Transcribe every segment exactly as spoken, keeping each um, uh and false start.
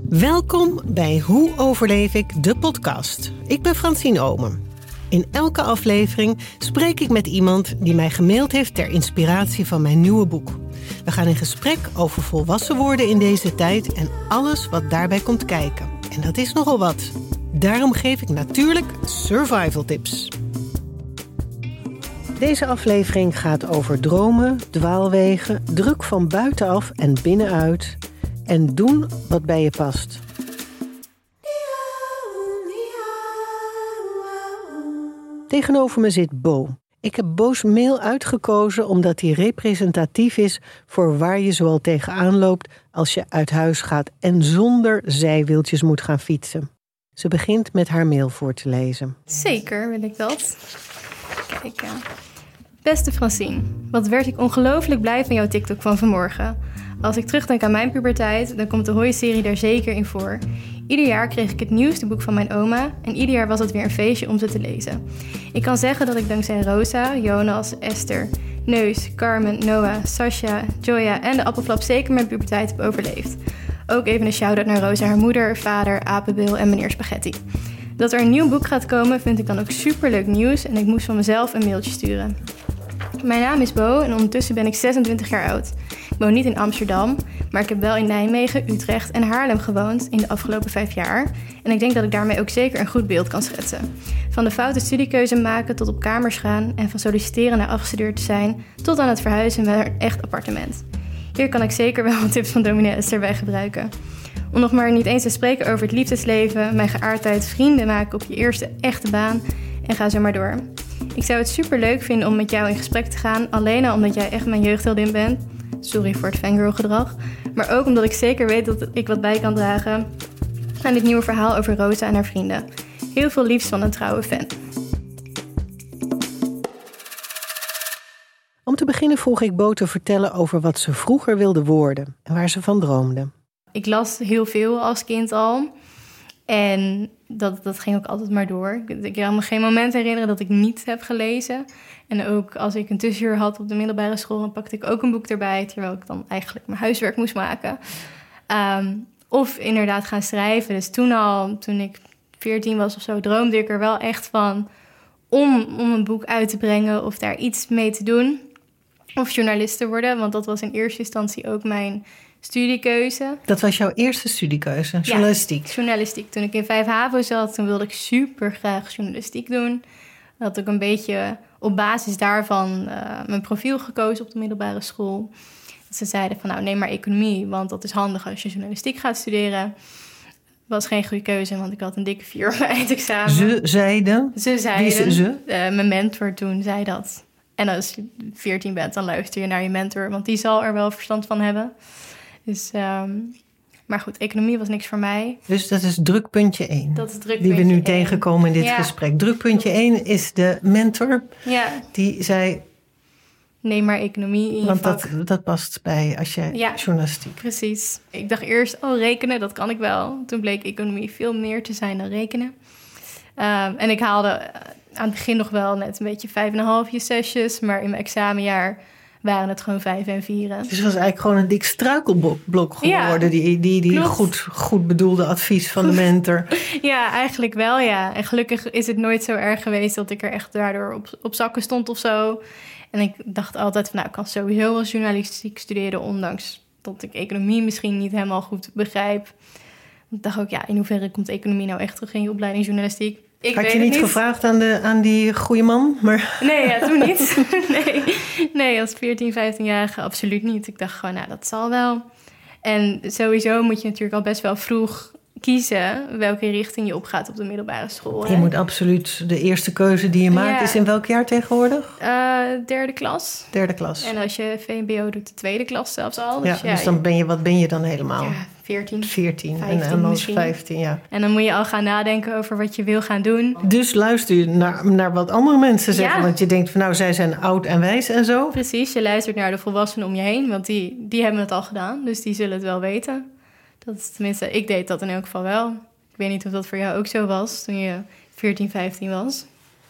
Welkom bij Hoe overleef ik, de podcast. Ik ben Francine Omen. In elke aflevering spreek ik met iemand die mij gemaild heeft ter inspiratie van mijn nieuwe boek. We gaan in gesprek over volwassen worden in deze tijd en alles wat daarbij komt kijken. En dat is nogal wat. Daarom geef ik natuurlijk survival tips. Deze aflevering gaat over dromen, dwaalwegen, druk van buitenaf en binnenuit en doen wat bij je past. Tegenover me zit Bo. Ik heb Bo's mail uitgekozen omdat hij representatief is voor waar je zoal tegenaan loopt als je uit huis gaat en zonder zijwieltjes moet gaan fietsen. Ze begint met haar mail voor te lezen. Zeker wil ik dat. Kijk, uh, beste Francine, wat werd ik ongelooflijk blij van jouw TikTok van vanmorgen. Als ik terugdenk aan mijn puberteit, dan komt de Hoi-serie daar zeker in voor. Ieder jaar kreeg ik het nieuwste boek van mijn oma en ieder jaar was het weer een feestje om ze te lezen. Ik kan zeggen dat ik dankzij Rosa, Jonas, Esther, Neus, Carmen, Noah, Sasha, Joya en de appelflap zeker mijn puberteit heb overleefd. Ook even een shout-out naar Rosa, haar moeder, vader, Apenbil en meneer Spaghetti. Dat er een nieuw boek gaat komen vind ik dan ook superleuk nieuws en ik moest van mezelf een mailtje sturen. Mijn naam is Bo en ondertussen ben ik zesentwintig jaar oud. Ik woon niet in Amsterdam, maar ik heb wel in Nijmegen, Utrecht en Haarlem gewoond in de afgelopen vijf jaar. En ik denk dat ik daarmee ook zeker een goed beeld kan schetsen. Van de foute studiekeuze maken tot op kamers gaan en van solliciteren naar afgestudeerd te zijn tot aan het verhuizen naar een echt appartement. Hier kan ik zeker wel wat tips van dominee Esther bij gebruiken. Om nog maar niet eens te spreken over het liefdesleven, mijn geaardheid, vrienden maken op je eerste echte baan en ga zo maar door. Ik zou het super leuk vinden om met jou in gesprek te gaan, alleen al omdat jij echt mijn jeugdheldin bent. Sorry voor het fangirl gedrag. Maar ook omdat ik zeker weet dat ik wat bij kan dragen aan dit nieuwe verhaal over Rosa en haar vrienden. Heel veel liefs van een trouwe fan. Om te beginnen vroeg ik Bo te vertellen over wat ze vroeger wilde worden en waar ze van droomde. Ik las heel veel als kind al. En dat, dat ging ook altijd maar door. Ik, ik kan me geen moment herinneren dat ik niet heb gelezen. En ook als ik een tussenuur had op de middelbare school, dan pakte ik ook een boek erbij, terwijl ik dan eigenlijk mijn huiswerk moest maken. Um, of inderdaad gaan schrijven. Dus toen al, toen ik veertien was of zo, droomde ik er wel echt van om, om een boek uit te brengen of daar iets mee te doen. Of journalist te worden, want dat was in eerste instantie ook mijn studiekeuze. Dat was jouw eerste studiekeuze, journalistiek? Ja, journalistiek. Toen ik in vijf HAVO zat, toen wilde ik super graag journalistiek doen. Dat had ik een beetje op basis daarvan uh, mijn profiel gekozen op de middelbare school. Ze zeiden van nou neem maar economie, want dat is handig als je journalistiek gaat studeren. Was geen goede keuze, want ik had een dikke vier op mijn eindexamen. Ze zeiden? Ze zeiden. Wie is ze? Uh, mijn mentor toen zei dat. En als je veertien bent, dan luister je naar je mentor, want die zal er wel verstand van hebben. Dus, um, maar goed, economie was niks voor mij. Dus dat is drukpuntje één. Dat is drukpuntje die we nu één. tegenkomen in dit ja. gesprek. Drukpuntje één is de mentor. Ja. Die zei, neem maar economie in je want vak. dat, dat past bij als je ja, journalistiek. Precies. Ik dacht eerst, oh rekenen, dat kan ik wel. Toen bleek economie veel meer te zijn dan rekenen. Um, en ik haalde uh, aan het begin nog wel net een beetje vijf en een half je zesjes. Maar in mijn examenjaar waren het gewoon vijf en vieren. Dus het was eigenlijk gewoon een dik struikelblok geworden. Ja, die die, die goed, goed bedoelde advies van de mentor. Ja, eigenlijk wel, ja. En gelukkig is het nooit zo erg geweest dat ik er echt daardoor op, op zakken stond of zo. En ik dacht altijd van, nou, ik kan sowieso wel journalistiek studeren, ondanks dat ik economie misschien niet helemaal goed begrijp. Ik dacht ook, ja, in hoeverre komt economie nou echt terug in je opleiding journalistiek? Ik Had weet je niet, niet gevraagd aan, de, aan die goede man? Maar... Nee, ja, toen niet. nee. nee, als veertien, vijftienjarige absoluut niet. Ik dacht gewoon, nou, dat zal wel. En sowieso moet je natuurlijk al best wel vroeg kiezen welke richting je opgaat op de middelbare school. Hè? Je moet absoluut, de eerste keuze die je maakt, ja. is in welk jaar tegenwoordig? Uh, derde klas. Derde klas. En als je V M B O doet, de tweede klas zelfs al. Ja, dus, ja, dus dan ben je, wat ben je dan helemaal? Ja, veertien. veertien. vijftien en anders misschien. vijftien, ja. En dan moet je al gaan nadenken over wat je wil gaan doen. Dus luister je naar, naar wat andere mensen zeggen. Ja. Want je denkt van nou, zij zijn oud en wijs en zo. Precies, je luistert naar de volwassenen om je heen. Want die, die hebben het al gedaan, dus die zullen het wel weten. Dat is tenminste, ik deed dat in elk geval wel. Ik weet niet of dat voor jou ook zo was toen je veertien, vijftien was.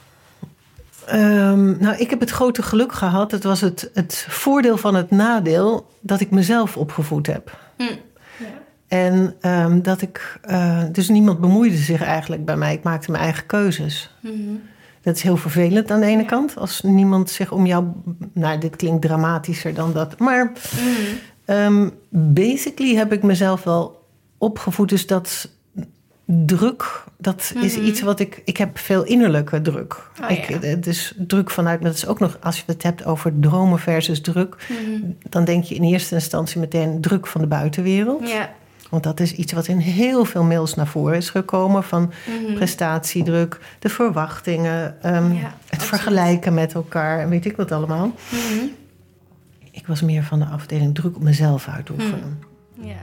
Um, nou, ik heb het grote geluk gehad. Het was het, het voordeel van het nadeel dat ik mezelf opgevoed heb. Hm. Ja. En um, dat ik... Uh, dus niemand bemoeide zich eigenlijk bij mij. Ik maakte mijn eigen keuzes. Mm-hmm. Dat is heel vervelend aan de ene ja. kant. Als niemand zich om jou... Nou, dit klinkt dramatischer dan dat. Maar mm-hmm. um, basically heb ik mezelf wel opgevoed. Dus dat druk, dat mm-hmm. is iets wat ik... Ik heb veel innerlijke druk. Oh, ik, ja. Dus druk vanuit... Dat is ook nog, als je het hebt over dromen versus druk... Mm-hmm. Dan denk je in eerste instantie meteen druk van de buitenwereld. Ja. Want dat is iets wat in heel veel mails naar voren is gekomen. Van mm-hmm. prestatiedruk, de verwachtingen, um, ja, het absoluut. vergelijken met elkaar en weet ik wat allemaal. Mm-hmm. Ik was meer van de afdeling druk op mezelf uitoefenen. Mm. Ja.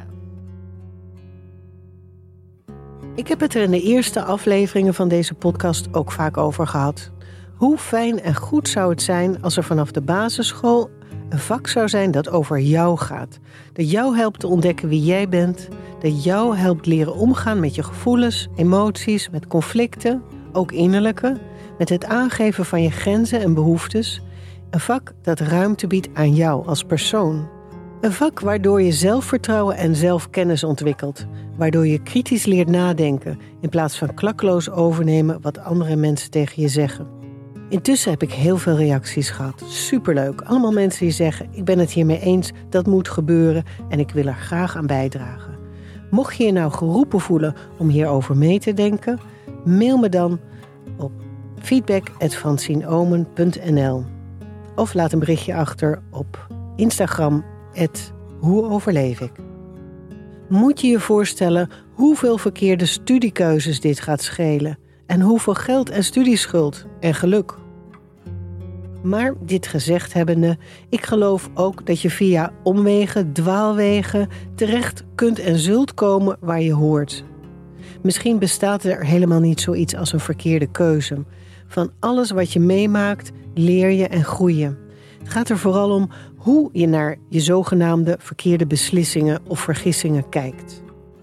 Ik heb het er in de eerste afleveringen van deze podcast ook vaak over gehad. Hoe fijn en goed zou het zijn als er vanaf de basisschool een vak zou zijn dat over jou gaat. Dat jou helpt te ontdekken wie jij bent. Dat jou helpt leren omgaan met je gevoelens, emoties, met conflicten, ook innerlijke. Met het aangeven van je grenzen en behoeftes. Een vak dat ruimte biedt aan jou als persoon. Een vak waardoor je zelfvertrouwen en zelfkennis ontwikkelt. Waardoor je kritisch leert nadenken in plaats van klakkeloos overnemen wat andere mensen tegen je zeggen. Intussen heb ik heel veel reacties gehad. Superleuk. Allemaal mensen die zeggen, ik ben het hiermee eens, dat moet gebeuren en ik wil er graag aan bijdragen. Mocht je je nou geroepen voelen om hierover mee te denken, mail me dan op feedback at francinomen punt n l of laat een berichtje achter op Instagram at hoe overleef ik. Moet je je voorstellen hoeveel verkeerde studiekeuzes dit gaat schelen en hoeveel geld en studieschuld en geluk. Maar dit gezegd hebbende, ik geloof ook dat je via omwegen, dwaalwegen terecht kunt en zult komen waar je hoort. Misschien bestaat er helemaal niet zoiets als een verkeerde keuze. Van alles wat je meemaakt, leer je en groei je. Het gaat er vooral om hoe je naar je zogenaamde verkeerde beslissingen of vergissingen kijkt.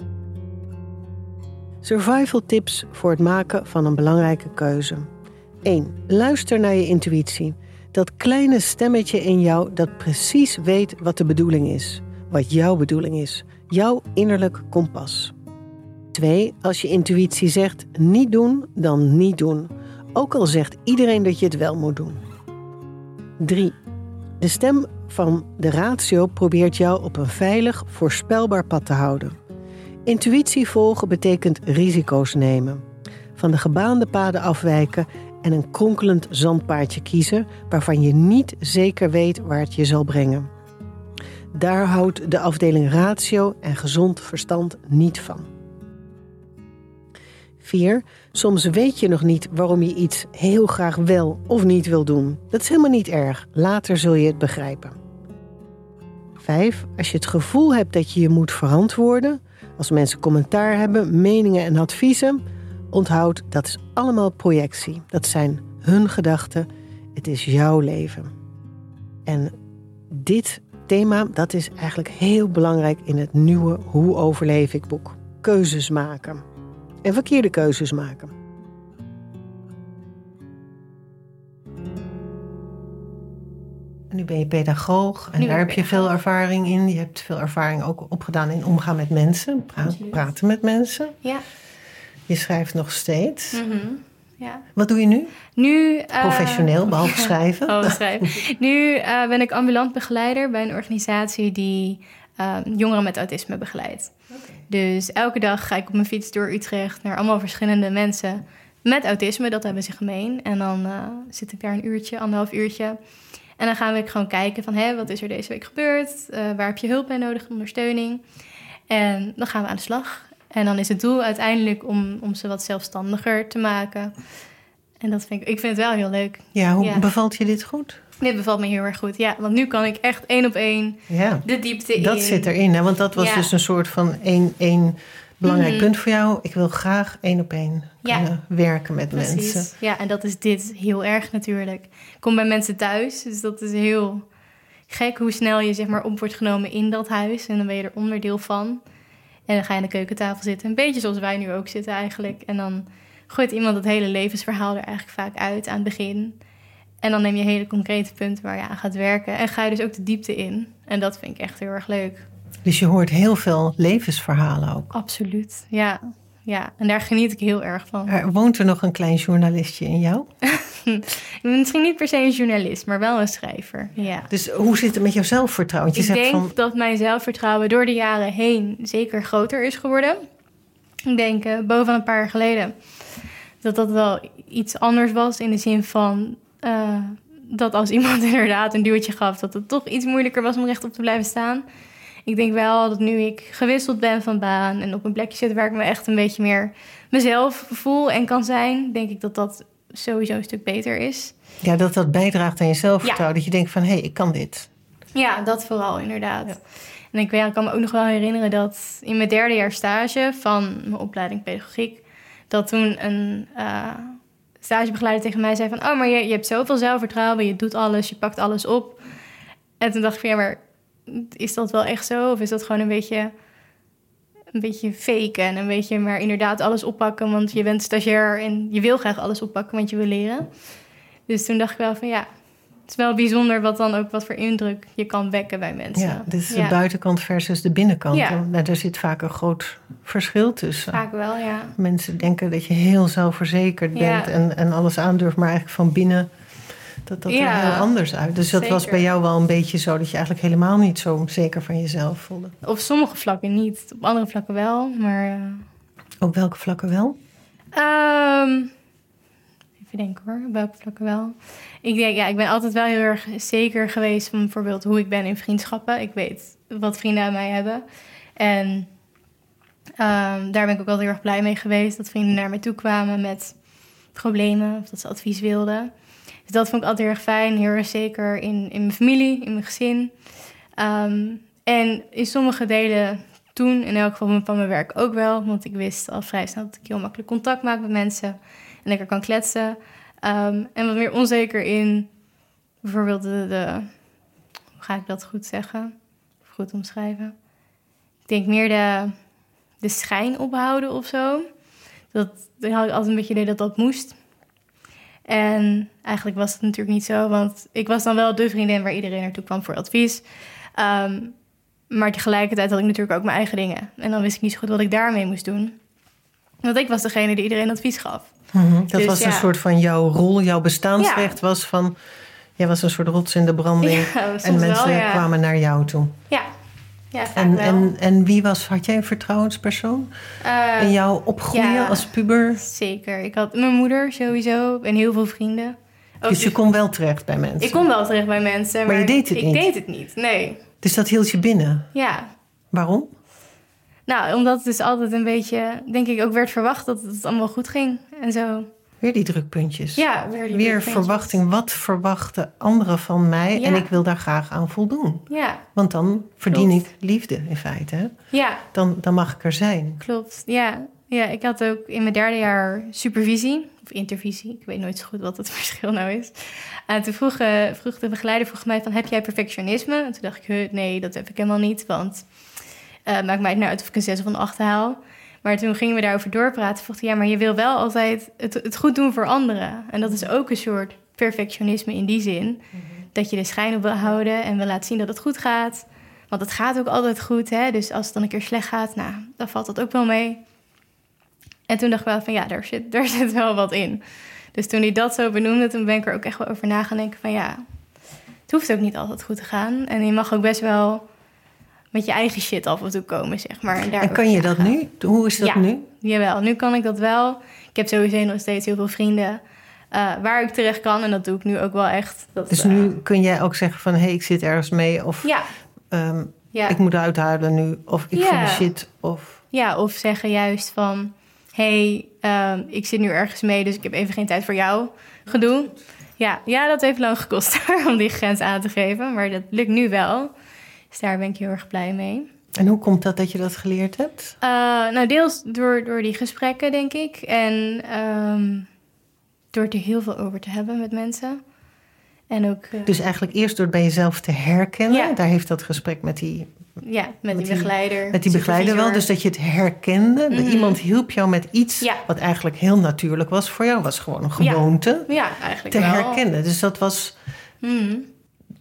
Survival tips voor het maken van een belangrijke keuze. één. Luister naar je intuïtie. Dat kleine stemmetje in jou dat precies weet wat de bedoeling is. Wat jouw bedoeling is. Jouw innerlijk kompas. twee. Als je intuïtie zegt niet doen, dan niet doen. Ook al zegt iedereen dat je het wel moet doen. drie. De stem van de ratio probeert jou op een veilig, voorspelbaar pad te houden. Intuïtie volgen betekent risico's nemen. Van de gebaande paden afwijken en een kronkelend zandpaadje kiezen waarvan je niet zeker weet waar het je zal brengen. Daar houdt de afdeling ratio en gezond verstand niet van. vier. Soms weet je nog niet waarom je iets heel graag wel of niet wil doen. Dat is helemaal niet erg. Later zul je het begrijpen. vijf. Als je het gevoel hebt dat je je moet verantwoorden, als mensen commentaar hebben, meningen en adviezen, onthoud, dat is allemaal projectie. Dat zijn hun gedachten. Het is jouw leven. En dit thema, dat is eigenlijk heel belangrijk in het nieuwe Hoe overleef ik boek. Keuzes maken. En verkeerde keuzes maken. En nu ben je pedagoog en nu daar heb je veel ervaring in. Je hebt veel ervaring ook opgedaan in omgaan met mensen. Pra- praten met mensen. Ja. Je schrijft nog steeds. Mm-hmm. Ja. Wat doe je nu? Nu uh, Professioneel, behalve schrijven. Oh, schrijven. Nu uh, ben ik ambulant begeleider bij een organisatie die uh, jongeren met autisme begeleidt. Okay. Dus elke dag ga ik op mijn fiets door Utrecht naar allemaal verschillende mensen met autisme. Dat hebben ze gemeen. En dan uh, zit ik daar een uurtje, anderhalf uurtje. En dan gaan we gewoon kijken van, hé, wat is er deze week gebeurd? Uh, waar heb je hulp bij nodig, ondersteuning? En dan gaan we aan de slag. En dan is het doel uiteindelijk om, om ze wat zelfstandiger te maken. En dat vind ik, ik vind het wel heel leuk. Ja, hoe ja. bevalt je dit goed? Dit bevalt me heel erg goed, ja. Want nu kan ik echt één op één ja. de diepte in. Dat zit erin, hè? Want dat was ja. dus een soort van één, één belangrijk mm-hmm. punt voor jou. Ik wil graag één op één ja. kunnen werken met Precies. mensen. Ja, en dat is dit heel erg natuurlijk. Ik kom bij mensen thuis, dus dat is heel gek hoe snel je zeg maar op wordt genomen in dat huis. En dan ben je er onderdeel van. En dan ga je aan de keukentafel zitten. Een beetje zoals wij nu ook zitten eigenlijk. En dan gooit iemand het hele levensverhaal er eigenlijk vaak uit aan het begin. En dan neem je hele concrete punten waar je aan gaat werken. En ga je dus ook de diepte in. En dat vind ik echt heel erg leuk. Dus je hoort heel veel levensverhalen ook. Absoluut, ja. Ja, en daar geniet ik heel erg van. Er woont er nog een klein journalistje in jou? Ik ben misschien niet per se een journalist, maar wel een schrijver. Ja. Dus hoe zit het met jouw zelfvertrouwen? Je ik zegt denk van... dat mijn zelfvertrouwen door de jaren heen zeker groter is geworden. Ik denk uh, boven een paar jaar geleden dat dat wel iets anders was. In de zin van uh, dat als iemand inderdaad een duwtje gaf, dat het toch iets moeilijker was om rechtop te blijven staan. Ik denk wel dat nu ik gewisseld ben van baan en op een plekje zit waar ik me echt een beetje meer mezelf voel en kan zijn, denk ik dat dat sowieso een stuk beter is. Ja, dat dat bijdraagt aan je zelfvertrouwen. Ja. Dat je denkt van, hé, hey, ik kan dit. Ja, dat vooral inderdaad. Ja. En ik, weet, ik kan me ook nog wel herinneren dat in mijn derde jaar stage van mijn opleiding pedagogiek, dat toen een uh, stagebegeleider tegen mij zei van, oh, maar je, je hebt zoveel zelfvertrouwen, je doet alles, je pakt alles op. En toen dacht ik van, ja, maar is dat wel echt zo? Of is dat gewoon een beetje, een beetje fake en een beetje maar inderdaad alles oppakken, want je bent stagiair en je wil graag alles oppakken, want je wil leren. Dus toen dacht ik wel van, ja, het is wel bijzonder wat dan ook wat voor indruk je kan wekken bij mensen. Ja, dit is ja. de buitenkant versus de binnenkant. Ja. Nou, er zit vaak een groot verschil tussen. Vaak wel, ja. Mensen denken dat je heel zelfverzekerd bent Ja. en, en alles aandurft, maar eigenlijk van binnen dat dat Ja, er heel anders uit. Dus dat zeker. was bij jou wel een beetje zo dat je eigenlijk helemaal niet zo zeker van jezelf voelde. Op sommige vlakken niet, op andere vlakken wel, maar... Uh... Op welke vlakken wel? Um, even denken hoor, op welke vlakken wel. Ik denk, ja, ik ben altijd wel heel erg zeker geweest van bijvoorbeeld hoe ik ben in vriendschappen. Ik weet wat vrienden aan mij hebben. En um, daar ben ik ook altijd heel erg blij mee geweest. Dat vrienden naar mij toe kwamen met problemen of dat ze advies wilden. Dus dat vond ik altijd heel erg fijn. Heel erg zeker in, in mijn familie, in mijn gezin. Um, en in sommige delen toen, in elk geval van mijn werk ook wel. Want ik wist al vrij snel dat ik heel makkelijk contact maak met mensen. En lekker kan kletsen. Um, en wat meer onzeker in bijvoorbeeld de, de... Hoe ga ik dat goed zeggen? Of goed omschrijven? Ik denk meer de, de schijn ophouden of zo. Dat, dan had ik altijd een beetje idee dat dat moest. En eigenlijk was dat natuurlijk niet zo. Want ik was dan wel de vriendin waar iedereen naartoe kwam voor advies. Um, maar tegelijkertijd had ik natuurlijk ook mijn eigen dingen. En dan wist ik niet zo goed wat ik daarmee moest doen. Want ik was degene die iedereen advies gaf. Mm-hmm. Dat dus, was ja. een soort van jouw rol, jouw bestaansrecht Ja. was van... Jij was een soort rots in de branding Ja, en mensen wel, ja. kwamen naar jou toe. Ja, ja vaak En, wel. en, en wie was, had jij een vertrouwenspersoon Uh, in jouw opgroeien ja. als puber? Zeker. Ik had mijn moeder sowieso en heel veel vrienden. Ook Dus je kon wel terecht bij mensen? Ik kon wel terecht bij mensen, maar, Maar je deed het ik niet? deed het niet, nee. Dus dat hield je binnen? Ja. Waarom? Nou, omdat het dus altijd een beetje, denk ik, ook werd verwacht dat het allemaal goed ging en zo. Weer die drukpuntjes. Ja, weer die Weer drukpuntjes. verwachting. Wat verwachten anderen van mij? Ja. En ik wil daar graag aan voldoen. Ja, Want dan verdien Klopt. ik liefde in feite. Hè? ja, Dan, dan mag ik er zijn. klopt. Ja. ja, ik had ook in mijn derde jaar supervisie, of intervisie. Ik weet nooit zo goed wat het verschil nou is. En toen vroeg, uh, vroeg de begeleider vroeg mij van, heb jij perfectionisme? En toen dacht ik, huh, nee, dat heb ik helemaal niet. Want uh, maakt mij het nou uit of ik een zes of een acht haal. Maar toen gingen we daarover doorpraten. Vroeg hij, ja, maar je wil wel altijd het, het goed doen voor anderen. En dat is ook een soort perfectionisme in die zin. Mm-hmm. Dat je de schijn op wil houden en wil laten zien dat het goed gaat. Want het gaat ook altijd goed, hè. Dus als het dan een keer slecht gaat, nou, dan valt dat ook wel mee. En toen dacht ik wel van, ja, daar zit, daar zit wel wat in. Dus toen hij dat zo benoemde, toen ben ik er ook echt wel over na gaan denken van, ja, het hoeft ook niet altijd goed te gaan. En je mag ook best wel met je eigen shit af en toe komen, zeg maar. En, daar En kan je dat gaan. nu? Hoe is dat ja, nu? Jawel, nu kan ik dat wel. Ik heb sowieso nog steeds heel veel vrienden uh, waar ik terecht kan. En dat doe ik nu ook wel echt. Dat, Dus uh, nu kun jij ook zeggen van... hé, hey, ik zit ergens mee. Of Ja. um, Ja. ik moet uithuilen nu. Of ik Ja. voel me shit. Of... Ja, of zeggen juist van... hé, hey, uh, ik zit nu ergens mee, dus ik heb even geen tijd voor jou. Gedoe. Ja, ja, dat heeft lang gekost om die grens aan te geven. Maar dat lukt nu wel. Dus daar ben ik heel erg blij mee. En hoe komt dat dat je dat geleerd hebt? Uh, nou, deels door, door die gesprekken, denk ik. En um, door er heel veel over te hebben met mensen. En ook... Uh, Dus eigenlijk eerst door het bij jezelf te herkennen. Ja. Daar heeft dat gesprek met die... ja, met, met die die begeleider. Met die begeleider wel. supervisor. Dus dat je het herkende. Mm-hmm. Iemand hielp jou met iets... Ja. wat eigenlijk heel natuurlijk was voor jou. Was gewoon een gewoonte. Ja, eigenlijk te wel. herkennen. Dus dat was... Mm.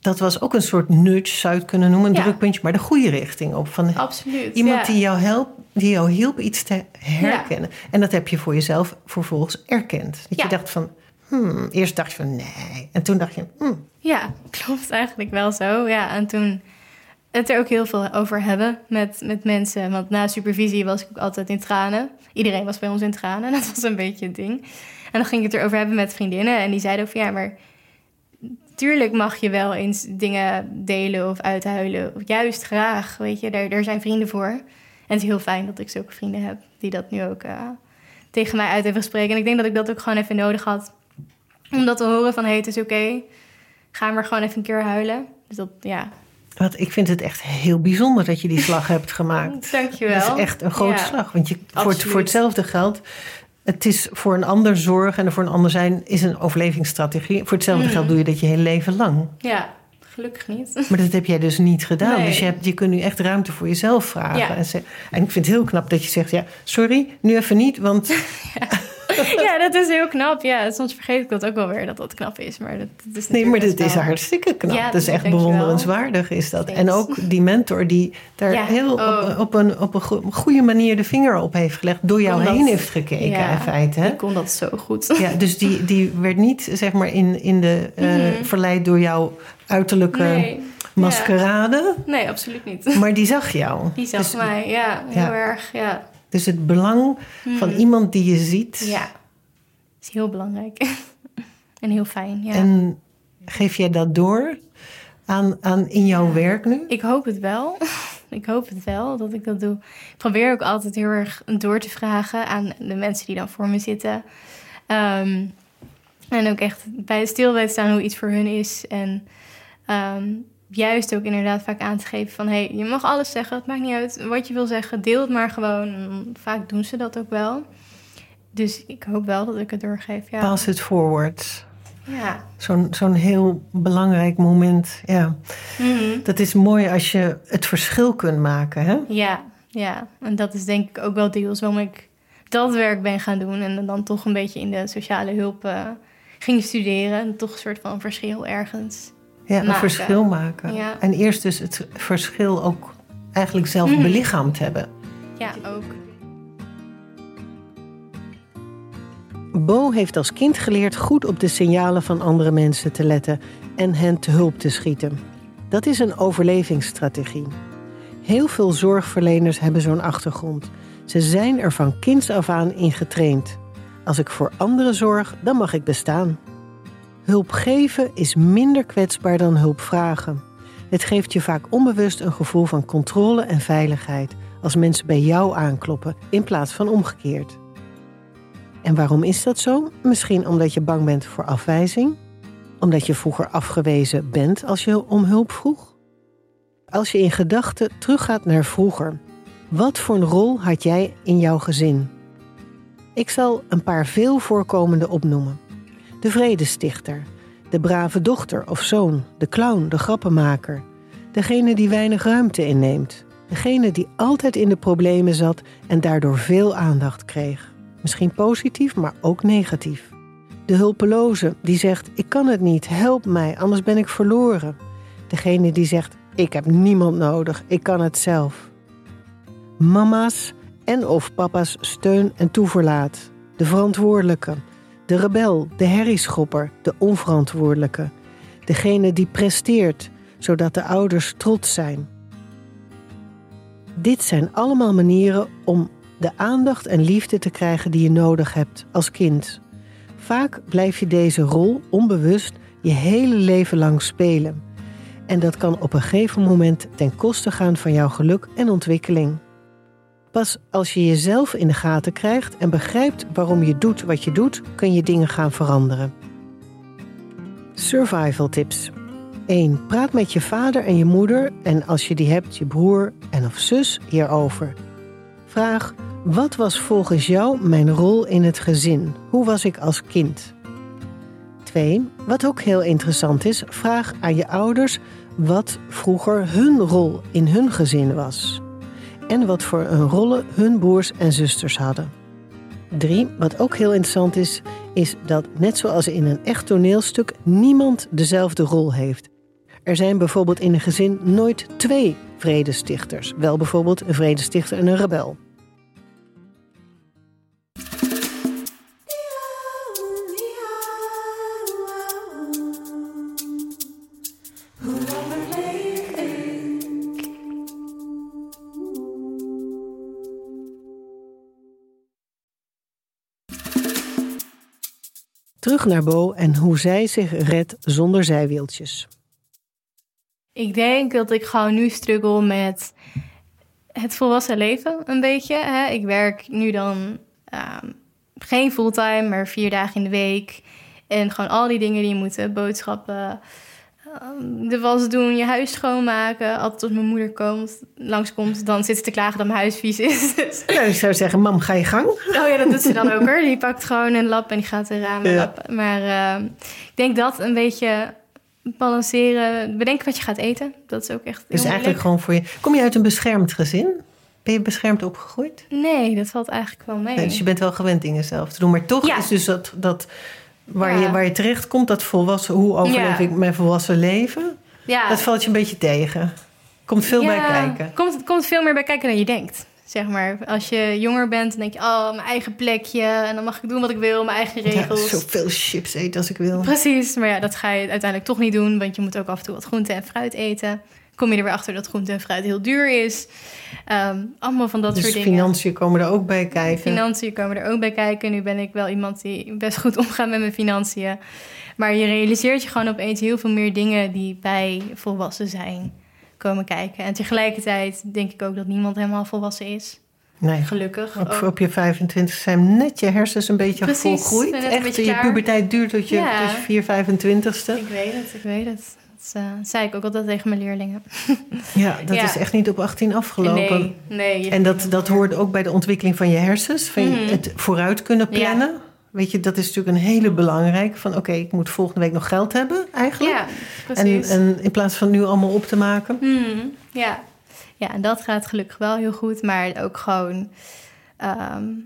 dat was ook een soort nudge, zou je het kunnen noemen, een Ja. drukpuntje, maar de goede richting op. Van Absoluut. iemand ja. die jou helpt, die jou hielp iets te herkennen. Ja. En dat heb je voor jezelf vervolgens erkend. Dat Ja. je dacht van, hmm, eerst dacht je van nee. En toen dacht je, hmm. Ja, klopt eigenlijk wel zo. Ja, en toen het er ook heel veel over hebben met, met mensen. Want na supervisie was ik ook altijd in tranen. Iedereen was bij ons in tranen. Dat was een beetje het ding. En dan ging ik het erover hebben met vriendinnen. En die zeiden ook van ja, maar tuurlijk mag je wel eens dingen delen of uithuilen. Of juist graag, weet je. Daar, daar zijn vrienden voor. En het is heel fijn dat ik zulke vrienden heb die dat nu ook uh, tegen mij uit hebben gesproken. En ik denk dat ik dat ook gewoon even nodig had. Om dat te horen van, hé, hey, het is oké. Okay. Ga maar gewoon even een keer huilen. Dus dat, ja. Want ik vind het echt heel bijzonder dat je die slag hebt gemaakt. Dankjewel. Dat is echt een grote ja. slag. Want je, voor, het, voor hetzelfde geld, het is voor een ander zorg en voor een ander zijn is een overlevingsstrategie. Voor hetzelfde mm. geld doe je dat je hele leven lang. Ja, gelukkig niet. Maar dat heb jij dus niet gedaan. Nee. Dus je, hebt, je kunt nu echt ruimte voor jezelf vragen. Ja. En, ze, en ik vind het heel knap dat je zegt, ja, sorry, nu even niet, want... ja. Ja, dat is heel knap. Ja, soms vergeet ik dat ook wel weer, dat dat knap is. Maar dat, dat is nee, maar dit wel... is hartstikke knap. Ja, dat is echt bewonderenswaardig is dat. Thanks. En ook die mentor die daar ja. heel oh. op, op, een, op een goede manier de vinger op heeft gelegd. Door jou dat, heen heeft gekeken ja, in feite. Hè? Ik kon dat zo goed. Ja, dus die, die werd niet zeg maar in, in de uh, mm-hmm. verleid door jouw uiterlijke... Nee. Maskerade? Ja. Nee, absoluut niet. Maar die zag jou. Die zag dus, mij, ja. Heel ja. erg, ja. Dus het belang hmm. van iemand die je ziet... Ja, is heel belangrijk. En heel fijn, ja. En geef jij dat door aan, aan in jouw ja. werk nu? Ik hoop het wel. Ik hoop het wel, dat ik dat doe. Ik probeer ook altijd heel erg door te vragen aan de mensen die dan voor me zitten. Um, en ook echt bij stil bij te staan hoe iets voor hun is. En... Um, juist ook inderdaad vaak aan te geven van... hé, hey, je mag alles zeggen, het maakt niet uit wat je wil zeggen. Deel het maar gewoon. En vaak doen ze dat ook wel. Dus ik hoop wel dat ik het doorgeef. Ja. Pass it forward. Ja. Zo'n, zo'n heel belangrijk moment. Ja. Mm-hmm. Dat is mooi als je het verschil kunt maken. Hè? Ja, ja. En dat is denk ik ook wel deels waarom ik dat werk ben gaan doen. En dan toch een beetje in de sociale hulp uh, ging studeren. En toch een soort van verschil ergens... Ja, een maken. verschil maken. Ja. En eerst dus het verschil ook eigenlijk zelf mm. belichaamd hebben. Ja, ook. Bo heeft als kind geleerd goed op de signalen van andere mensen te letten en hen te hulp te schieten. Dat is een overlevingsstrategie. Heel veel zorgverleners hebben zo'n achtergrond. Ze zijn er van kinds af aan in getraind. Als ik voor anderen zorg, dan mag ik bestaan. Hulp geven is minder kwetsbaar dan hulp vragen. Het geeft je vaak onbewust een gevoel van controle en veiligheid als mensen bij jou aankloppen in plaats van omgekeerd. En waarom is dat zo? Misschien omdat je bang bent voor afwijzing? Omdat je vroeger afgewezen bent als je om hulp vroeg? Als je in gedachten teruggaat naar vroeger, wat voor een rol had jij in jouw gezin? Ik zal een paar veel voorkomende opnoemen. De vredestichter, de brave dochter of zoon, de clown, de grappenmaker. Degene die weinig ruimte inneemt. Degene die altijd in de problemen zat en daardoor veel aandacht kreeg. Misschien positief, maar ook negatief. De hulpeloze die zegt, ik kan het niet, help mij, anders ben ik verloren. Degene die zegt, ik heb niemand nodig, ik kan het zelf. Mama's en of papa's steun en toeverlaat. De verantwoordelijke. De rebel, de herrieschopper, de onverantwoordelijke. Degene die presteert, zodat de ouders trots zijn. Dit zijn allemaal manieren om de aandacht en liefde te krijgen die je nodig hebt als kind. Vaak blijf je deze rol onbewust je hele leven lang spelen. En dat kan op een gegeven moment ten koste gaan van jouw geluk en ontwikkeling. Pas als je jezelf in de gaten krijgt en begrijpt waarom je doet wat je doet, kun je dingen gaan veranderen. Survival tips. één. Praat met je vader en je moeder en als je die hebt, je broer en of zus hierover. Vraag, wat was volgens jou mijn rol in het gezin? Hoe was ik als kind? twee. Wat ook heel interessant is, vraag aan je ouders wat vroeger hun rol in hun gezin was. En wat voor een rollen hun broers en zusters hadden. drie. Wat ook heel interessant is, is dat net zoals in een echt toneelstuk niemand dezelfde rol heeft. Er zijn bijvoorbeeld in een gezin nooit twee vredestichters. Wel bijvoorbeeld een vredestichter en een rebel. Terug naar Bo en hoe zij zich redt zonder zijwieltjes. Ik denk dat ik gewoon nu struggle met het volwassen leven een beetje. Hè? Ik werk nu dan um, geen fulltime, maar vier dagen in de week. En gewoon al die dingen die je moet, boodschappen, um, de was doen, je huis schoonmaken. Altijd als mijn moeder komt, langskomt, dan zit ze te klagen dat mijn huis vies is. Ja, ik zou zeggen, mam, ga je gang. Oh ja, dat doet ze dan ook hoor. Die pakt gewoon een lap en die gaat de ramen ja. lappen. Maar uh, ik denk dat een beetje balanceren, bedenken wat je gaat eten. Dat is ook echt heel Dus eigenlijk gewoon voor je. Kom je uit een beschermd gezin? Ben je beschermd opgegroeid? Nee, dat valt eigenlijk wel mee. Nee, dus je bent wel gewend dingen zelf te doen. Maar toch ja. is dus dat, dat waar, ja. je, waar je terecht komt, dat volwassen, hoe overleef ja. ik mijn volwassen leven? Ja. Dat valt je een beetje tegen. Komt veel ja, bij kijken. Komt, komt veel meer bij kijken dan je denkt. Zeg maar, als je jonger bent, dan denk je, oh, mijn eigen plekje. En dan mag ik doen wat ik wil, mijn eigen regels. Ja, zoveel chips eten als ik wil. Precies, maar ja, dat ga je uiteindelijk toch niet doen. Want je moet ook af en toe wat groente en fruit eten. Kom je er weer achter dat groente en fruit heel duur is. Um, allemaal van dat dus soort dingen. Financiën komen er ook bij kijken. Financiën komen er ook bij kijken. Nu ben ik wel iemand die best goed omgaat met mijn financiën. Maar je realiseert je gewoon opeens heel veel meer dingen die bij volwassen zijn komen kijken. En tegelijkertijd denk ik ook dat niemand helemaal volwassen is. Nee. Gelukkig. Op, op je vijfentwintig zijn net je hersens een beetje Precies, volgroeid. net een Echt, beetje je klaar. puberteit duurt tot je, Ja. tot je vier, vijfentwintigste. Ik weet het, ik weet het. Dat uh, zei ik ook altijd tegen mijn leerlingen. Ja, dat Ja. is echt niet op achttien afgelopen. Nee, nee. En dat, dat hoort ook bij de ontwikkeling van je hersens. Van Mhm. het vooruit kunnen plannen. Ja. Weet je, dat is natuurlijk een hele belangrijke. Van oké, okay, ik moet volgende week nog geld hebben eigenlijk. Ja, en, precies. en in plaats van nu allemaal op te maken. Hmm, ja. ja, en dat gaat gelukkig wel heel goed. Maar ook gewoon... Um,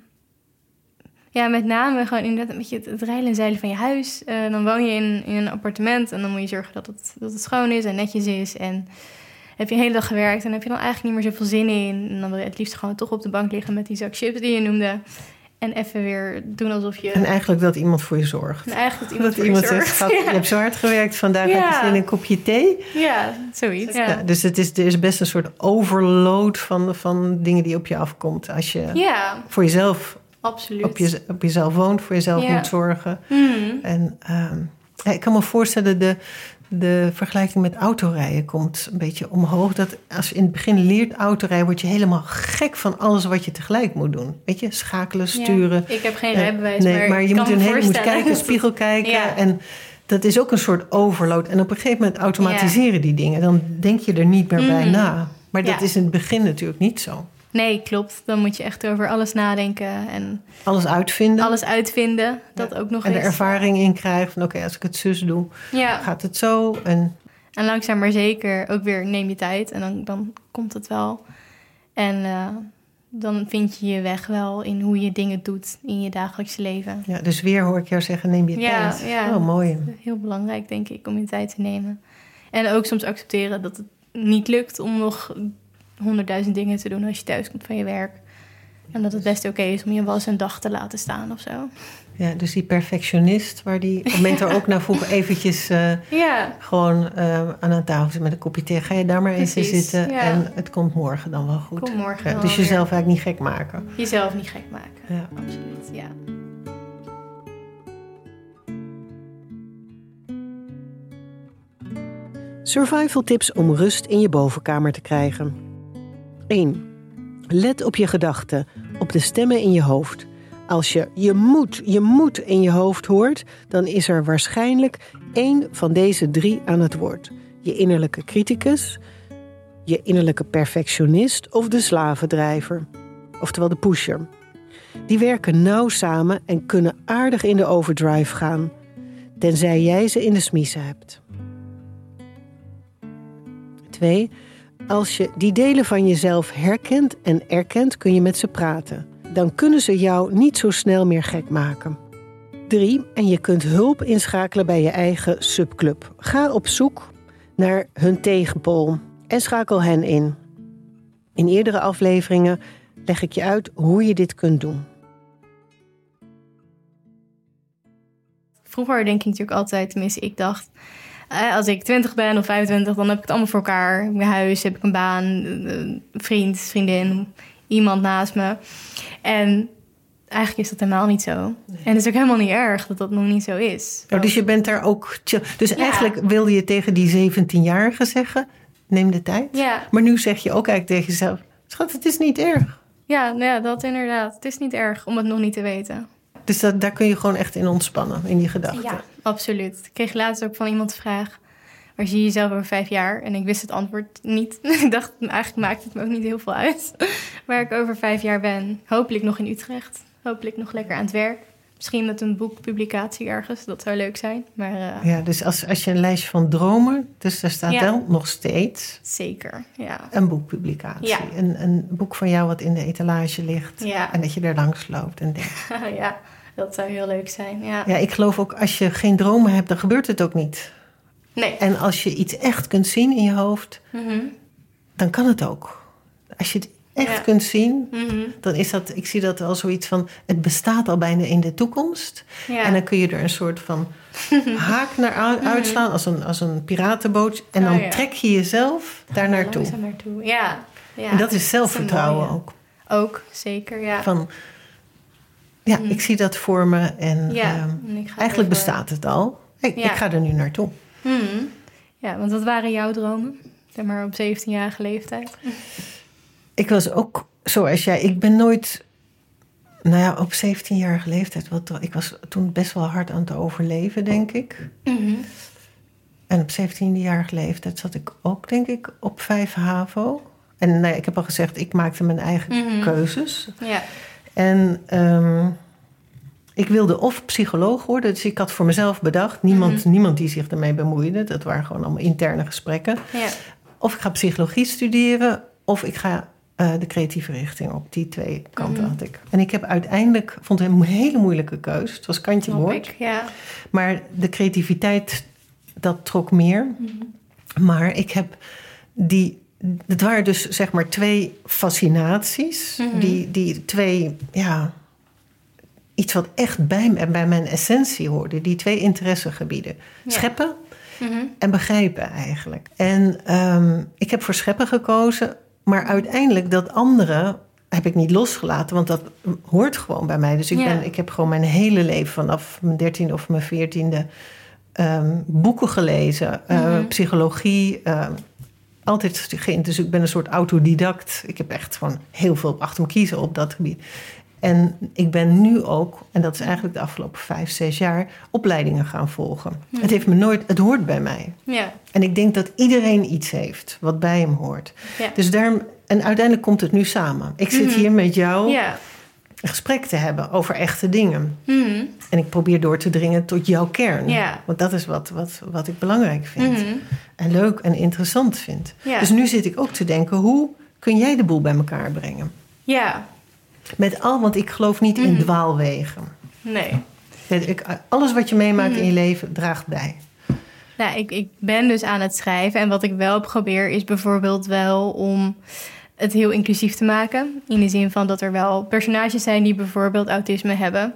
ja, met name gewoon inderdaad een beetje het, het reilen en zeilen van je huis. Uh, dan woon je in, in een appartement en dan moet je zorgen dat het, dat het schoon is en netjes is. En heb je een hele dag gewerkt en heb je dan eigenlijk niet meer zoveel zin in. En dan wil je het liefst gewoon toch op de bank liggen met die zak chips die je noemde. En even weer doen alsof je... En eigenlijk dat iemand voor je zorgt. En eigenlijk dat iemand dat voor iemand je zegt, zorgt. schat, Ja. je hebt zo hard gewerkt, vandaag Ja. heb je zin in een kopje thee. Ja, zoiets. Ja. Ja, dus het is, er is best een soort overload van, van dingen die op je afkomt. Als je ja, voor jezelf absoluut. op, je, op jezelf woont, voor jezelf Ja. moet zorgen. Hmm. En um, ja, ik kan me voorstellen, de, de vergelijking met autorijden komt een beetje omhoog. Dat als je in het begin leert autorijden, word je helemaal gek van alles wat je tegelijk moet doen. Weet je, schakelen, sturen. Ja, ik heb geen Uh, rijbewijs, nee, maar, maar je ik moet kan een me hele moet voorstellen kijken, dat- spiegel kijken. Ja. En dat is ook een soort overload. En op een gegeven moment automatiseren die dingen. Dan denk je er niet meer bij Mm. na. Maar dat Ja. is in het begin natuurlijk niet zo. Nee, klopt. Dan moet je echt over alles nadenken en Alles uitvinden. alles uitvinden. Dat ook nog en er eens. ervaring in krijgen van oké, als ik het zus doe, Ja, gaat het zo. En en langzaam maar zeker ook weer neem je tijd en dan, dan komt het wel. En uh, dan vind je je weg wel in hoe je dingen doet in je dagelijkse leven. ja, dus weer hoor ik jou zeggen, neem je Ja, tijd. ja. Oh, mooi. Heel belangrijk, denk ik, om je tijd te nemen. En ook soms accepteren dat het niet lukt om nog honderdduizend dingen te doen als je thuis komt van je werk. En dat het best oké is om je was een dag te laten staan of zo. Ja, dus die perfectionist, waar die op het moment er ook naar vroeg eventjes uh, Ja, gewoon uh, aan een tafel zit met een kopje thee. Ga je daar maar even Precies, zitten ja. en het komt morgen dan wel goed. Komt morgen Ja, dan dus wel jezelf eigenlijk niet gek maken. jezelf niet gek maken. Ja. Absoluut, ja. Survival tips om rust in je bovenkamer te krijgen. één. Let op je gedachten, op de stemmen in je hoofd. Als je je moet, je moet in je hoofd hoort, dan is er waarschijnlijk één van deze drie aan het woord. Je innerlijke criticus, je innerlijke perfectionist of de slavendrijver. Oftewel de pusher. Die werken nauw samen en kunnen aardig in de overdrive gaan. Tenzij jij ze in de smiezen hebt. twee. Als je die delen van jezelf herkent en erkent, kun je met ze praten. Dan kunnen ze jou niet zo snel meer gek maken. drie. En je kunt hulp inschakelen bij je eigen subclub. Ga op zoek naar hun tegenpool en schakel hen in. In eerdere afleveringen leg ik je uit hoe je dit kunt doen. Vroeger denk ik natuurlijk altijd, tenminste ik dacht... Eh, als ik twintig ben of vijfentwintig, dan heb ik het allemaal voor elkaar. Heb ik een huis, heb ik een baan, een vriend, vriendin, iemand naast me. En eigenlijk is dat helemaal niet zo. Nee. En het is ook helemaal niet erg dat dat nog niet zo is. Oh, dus je bent daar ook chill. Dus ja. Eigenlijk wilde je tegen die zeventienjarige zeggen, neem de tijd. Ja. Maar nu zeg je ook eigenlijk tegen jezelf, schat, het is niet erg. Ja, nou ja, dat inderdaad. Het is niet erg om het nog niet te weten. Dus dat, daar kun je gewoon echt in ontspannen, in die gedachten. Ja, absoluut. Ik kreeg laatst ook van iemand de vraag, waar zie je jezelf over vijf jaar? En ik wist het antwoord niet. Ik dacht, eigenlijk maakt het me ook niet heel veel uit waar ik over vijf jaar ben. Hopelijk nog in Utrecht. Hopelijk nog lekker aan het werk. Misschien met een boekpublicatie ergens. Dat zou leuk zijn. Maar, uh... ja, dus als, als je een lijstje van dromen... dus daar staat ja. wel nog steeds... Zeker, ja. Een boekpublicatie. Ja. Een, een boek van jou wat in de etalage ligt. Ja. En dat je er langs loopt en denkt... ja, dat zou heel leuk zijn, ja. Ja, ik geloof ook, als je geen dromen hebt... dan gebeurt het ook niet. Nee. En als je iets echt kunt zien in je hoofd... Mm-hmm. dan kan het ook. Als je het echt ja. kunt zien, mm-hmm. dan is dat... ik zie dat wel zoiets van... het bestaat al bijna in de toekomst. Ja. En dan kun je er een soort van haak naar uitslaan... Mm-hmm. als, een, als een piratenboot. En dan oh, ja. trek je jezelf daar naartoe. Ja, naartoe. Ja. Ja. En dat is zelfvertrouwen dat is ook. Ook, zeker, ja. Van, ja, mm. ik zie dat voor me. En, ja, um, en ik ga eigenlijk over... bestaat het al. Ik, ja. ik ga er nu naartoe. Mm. Ja, want wat waren jouw dromen? Zeg maar op zeventienjarige leeftijd. Ik was ook zoals jij. Ik ben nooit... Nou ja, op zeventienjarige leeftijd... Wat, ik was toen best wel hard aan het overleven, denk ik. Mm-hmm. En op zeventienjarige leeftijd zat ik ook, denk ik, op vijf HAVO. En nou ja, ik heb al gezegd, ik maakte mijn eigen mm-hmm. keuzes. Ja. En um, ik wilde of psycholoog worden. Dus ik had voor mezelf bedacht. Niemand, mm-hmm. niemand die zich ermee bemoeide. Dat waren gewoon allemaal interne gesprekken. Ja. Of ik ga psychologie studeren. Of ik ga uh, de creatieve richting op. Die twee kanten mm-hmm. had ik. En ik heb uiteindelijk... vond het een hele moeilijke keus. Het was kantje boord. Ja. Maar de creativiteit, dat trok meer. Mm-hmm. Maar ik heb die... Het waren dus zeg maar twee fascinaties. Mm-hmm. Die, die twee, ja... iets wat echt bij, bij mijn essentie hoorde. Die twee interessegebieden. Ja. Scheppen mm-hmm. en begrijpen eigenlijk. En um, ik heb voor scheppen gekozen. Maar uiteindelijk dat andere heb ik niet losgelaten. Want dat hoort gewoon bij mij. Dus ik, ja. ben, ik heb gewoon mijn hele leven vanaf mijn dertiende of mijn veertiende... Um, boeken gelezen. Mm-hmm. Uh, psychologie... Uh, altijd geïnteresseerd. Dus ik ben een soort autodidact. Ik heb echt gewoon heel veel achter me kiezen op dat gebied. En ik ben nu ook, en dat is eigenlijk de afgelopen vijf, zes jaar... opleidingen gaan volgen. Hmm. Het heeft me nooit, het hoort bij mij. Ja. En ik denk dat iedereen iets heeft wat bij hem hoort. Ja. Dus daarom, en uiteindelijk komt het nu samen. Ik zit mm-hmm. hier met jou ja. een gesprek te hebben over echte dingen. Mm-hmm. En ik probeer door te dringen tot jouw kern. Ja. Want dat is wat, wat, wat ik belangrijk vind. Mm-hmm. En leuk en interessant vind. Ja. Dus nu zit ik ook te denken, hoe kun jij de boel bij elkaar brengen? Ja. Met al, want ik geloof niet mm-hmm. in dwaalwegen. Nee. Ik, alles wat je meemaakt mm-hmm. in je leven draagt bij. Nou, ik, ik ben dus aan het schrijven. En wat ik wel probeer is bijvoorbeeld wel om het heel inclusief te maken. In de zin van dat er wel personages zijn die bijvoorbeeld autisme hebben.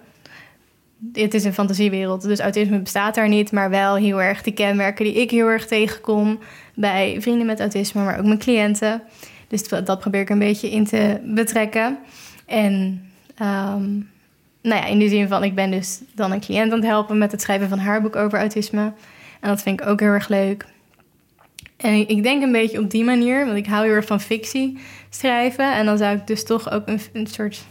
Het is een fantasiewereld, dus autisme bestaat daar niet. Maar wel heel erg de kenmerken die ik heel erg tegenkom bij vrienden met autisme, maar ook mijn cliënten. Dus dat, dat probeer ik een beetje in te betrekken. En um, nou ja, in de zin van, ik ben dus dan een cliënt aan het helpen met het schrijven van haar boek over autisme. En dat vind ik ook heel erg leuk. En ik denk een beetje op die manier, want ik hou heel erg van fictie schrijven. En dan zou ik dus toch ook een, een soort,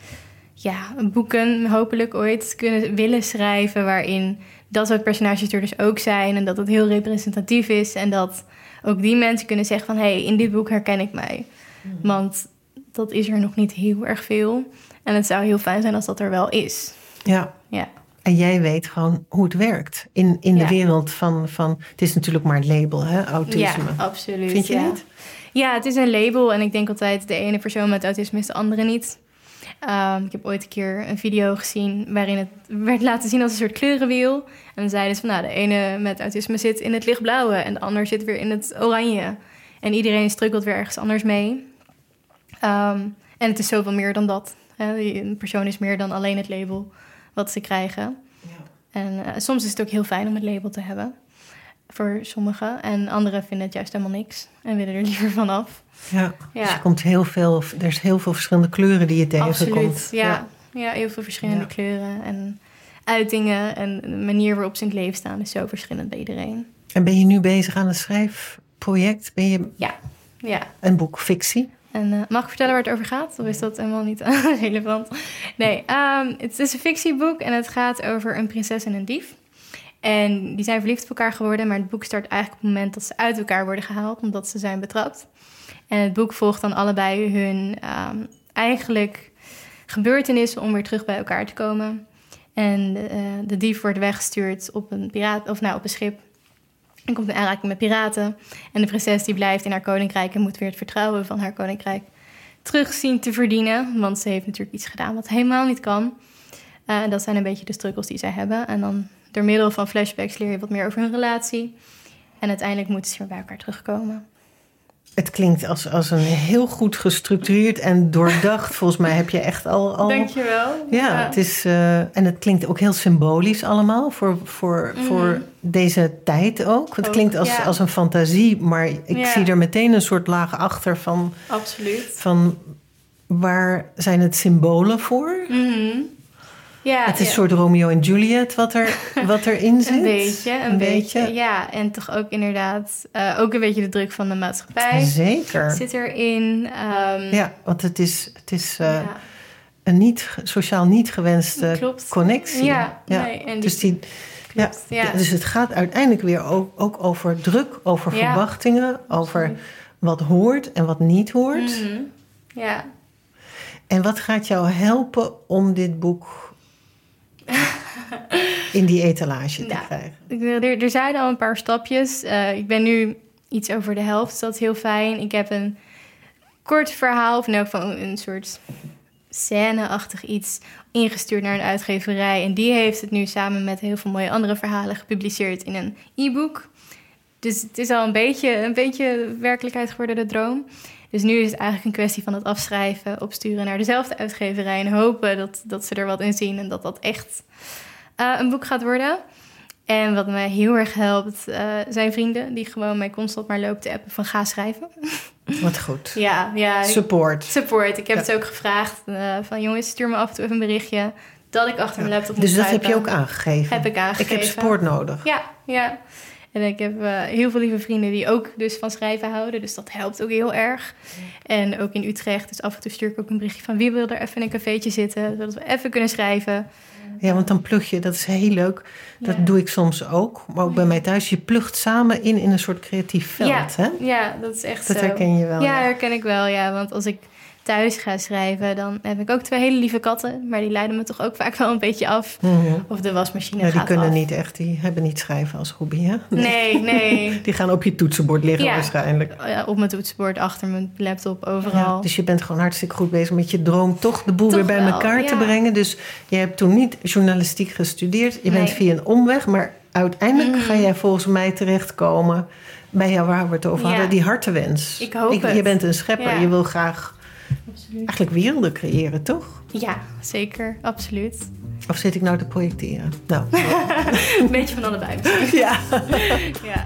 ja, boeken hopelijk ooit kunnen willen schrijven waarin dat soort personages er dus ook zijn. En dat het heel representatief is. En dat ook die mensen kunnen zeggen van, hé, hey, in dit boek herken ik mij. Mm. Want dat is er nog niet heel erg veel. En het zou heel fijn zijn als dat er wel is. Ja. Ja. En jij weet gewoon hoe het werkt. In, in de ja. wereld van, van... Het is natuurlijk maar het label, hè? Autisme. Ja, absoluut. Vind je ja. niet? Ja, het is een label. En ik denk altijd, de ene persoon met autisme is de andere niet. Um, ik heb ooit een keer een video gezien waarin het werd laten zien als een soort kleurenwiel. En dan zeiden ze van, nou, de ene met autisme zit in het lichtblauwe en de ander zit weer in het oranje. En iedereen struggelt weer ergens anders mee. Um, en het is zoveel meer dan dat. Hè? Een persoon is meer dan alleen het label wat ze krijgen. Ja. En uh, soms is het ook heel fijn om het label te hebben. Voor sommigen. En anderen vinden het juist helemaal niks. En willen er liever vanaf. Ja, ja. Dus er, komt heel veel, er is heel veel verschillende kleuren die je tegenkomt. Absoluut, ja. ja. Ja, heel veel verschillende ja. kleuren. En uitingen en de manier waarop ze in het leven staan is zo verschillend bij iedereen. En ben je nu bezig aan een schrijfproject? Ben je ja. ja. Een boek fictie? En uh, mag ik vertellen waar het over gaat? Of is dat helemaal niet relevant? Nee, um, het is een fictieboek en het gaat over een prinses en een dief. En die zijn verliefd op elkaar geworden, maar het boek start eigenlijk op het moment dat ze uit elkaar worden gehaald, omdat ze zijn betrapt. En het boek volgt dan allebei hun um, eigenlijk gebeurtenissen om weer terug bij elkaar te komen. En de, uh, de dief wordt weggestuurd op een piraat, of nou op een schip. En komt in aanraking met piraten. En de prinses die blijft in haar koninkrijk en moet weer het vertrouwen van haar koninkrijk terug zien te verdienen. Want ze heeft natuurlijk iets gedaan wat helemaal niet kan. Uh, en dat zijn een beetje de struggles die zij hebben. En dan door middel van flashbacks leer je wat meer over hun relatie. En uiteindelijk moeten ze weer bij elkaar terugkomen. Het klinkt als, als een heel goed gestructureerd en doordacht. Volgens mij heb je echt al... al... Dankjewel. Ja, ja. Het is, uh, en het klinkt ook heel symbolisch allemaal voor, voor, mm. voor deze tijd ook. Het ook, klinkt als, ja. als een fantasie, maar ik ja. zie er meteen een soort laag achter van... Absoluut. Van waar zijn het symbolen voor? Mm-hmm. Ja, het is ja. een soort Romeo en Juliet wat, er, wat erin zit. Een beetje, een, een beetje. beetje. Ja, en toch ook inderdaad uh, ook een beetje de druk van de maatschappij. Zeker. Zit erin. Um, ja, want het is, het is uh, ja. een niet, sociaal niet gewenste Klopt. connectie. Ja, ja. Nee, en die, dus, die, ja, ja. dus het gaat uiteindelijk weer ook, ook over druk, over ja. verwachtingen, over wat hoort en wat niet hoort. Mm-hmm. Ja. En wat gaat jou helpen om dit boek in die etalage te ja, krijgen? Er, er zijn al een paar stapjes. Uh, ik ben nu iets over de helft, dus dat is heel fijn. Ik heb een kort verhaal, of in elk geval een soort scène-achtig iets ingestuurd naar een uitgeverij. En die heeft het nu samen met heel veel mooie andere verhalen gepubliceerd in een e-book. Dus het is al een beetje, een beetje werkelijkheid geworden, de droom. Dus nu is het eigenlijk een kwestie van het afschrijven, opsturen naar dezelfde uitgeverij en hopen dat, dat ze er wat in zien en dat dat echt uh, een boek gaat worden. En wat mij heel erg helpt, uh, zijn vrienden die gewoon mij constant maar lopen te appen van ga schrijven. Wat goed. Ja, ja. Support. Support. Ik heb ja. het ook gevraagd uh, van jongens, stuur me af en toe even een berichtje dat ik achter mijn laptop moet Dus dat schrijven. heb je ook aangegeven? Heb ik aangegeven. Ik heb support nodig. Ja, ja. En ik heb uh, heel veel lieve vrienden die ook dus van schrijven houden. Dus dat helpt ook heel erg. Ja. En ook in Utrecht. Dus af en toe stuur ik ook een berichtje van wie wil er even in een cafeetje zitten. Zodat we even kunnen schrijven. Ja, want dan plug je, dat is heel leuk. Dat ja. doe ik soms ook. Maar ook bij mij thuis. Je plugt samen in in een soort creatief veld. Ja, hè? ja dat is echt dat zo. Dat herken je wel. Ja, ja, herken ik wel. Ja, want als ik thuis ga schrijven, dan heb ik ook twee hele lieve katten. Maar die leiden me toch ook vaak wel een beetje af. Mm-hmm. Of de wasmachine nou, gaat die kunnen af. niet echt, die hebben niet schrijven als hobby, hè? Nee, nee. Die gaan op je toetsenbord liggen ja, waarschijnlijk. Ja, op mijn toetsenbord, achter mijn laptop, overal. Ja, dus je bent gewoon hartstikke goed bezig met je droom toch de boel toch weer bij wel, elkaar ja. te brengen. Dus je hebt toen niet journalistiek gestudeerd. Je nee. bent via een omweg, maar uiteindelijk mm. ga jij volgens mij terechtkomen bij jou waar we het over ja. hadden, die hartenwens. Ik hoop ik, het. Je bent een schepper, ja. je wil graag absoluut. eigenlijk werelden creëren, toch? Ja, zeker, absoluut. Of zit ik nou te projecteren? Nou, een beetje van allebei. ja. ja.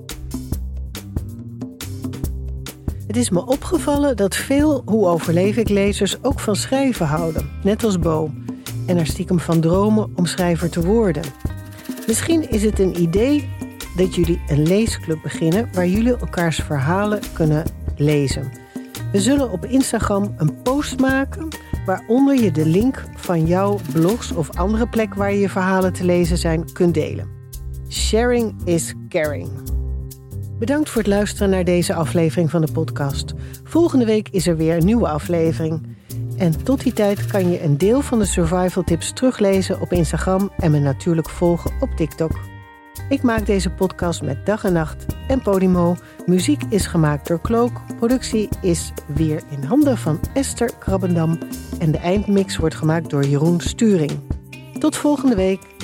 Het is me opgevallen dat veel Hoe overleef ik lezers ook van schrijven houden, net als Bo. En er stiekem van dromen om schrijver te worden. Misschien is het een idee dat jullie een leesclub beginnen waar jullie elkaars verhalen kunnen lezen. We zullen op Instagram een post maken waaronder je de link van jouw blogs of andere plek waar je verhalen te lezen zijn kunt delen. Sharing is caring. Bedankt voor het luisteren naar deze aflevering van de podcast. Volgende week is er weer een nieuwe aflevering. En tot die tijd kan je een deel van de survival tips teruglezen op Instagram en me natuurlijk volgen op TikTok. Ik maak deze podcast met dag en nacht en Podimo. Muziek is gemaakt door Cloak. Productie is weer in handen van Esther Krabbendam. En de eindmix wordt gemaakt door Jeroen Sturing. Tot volgende week.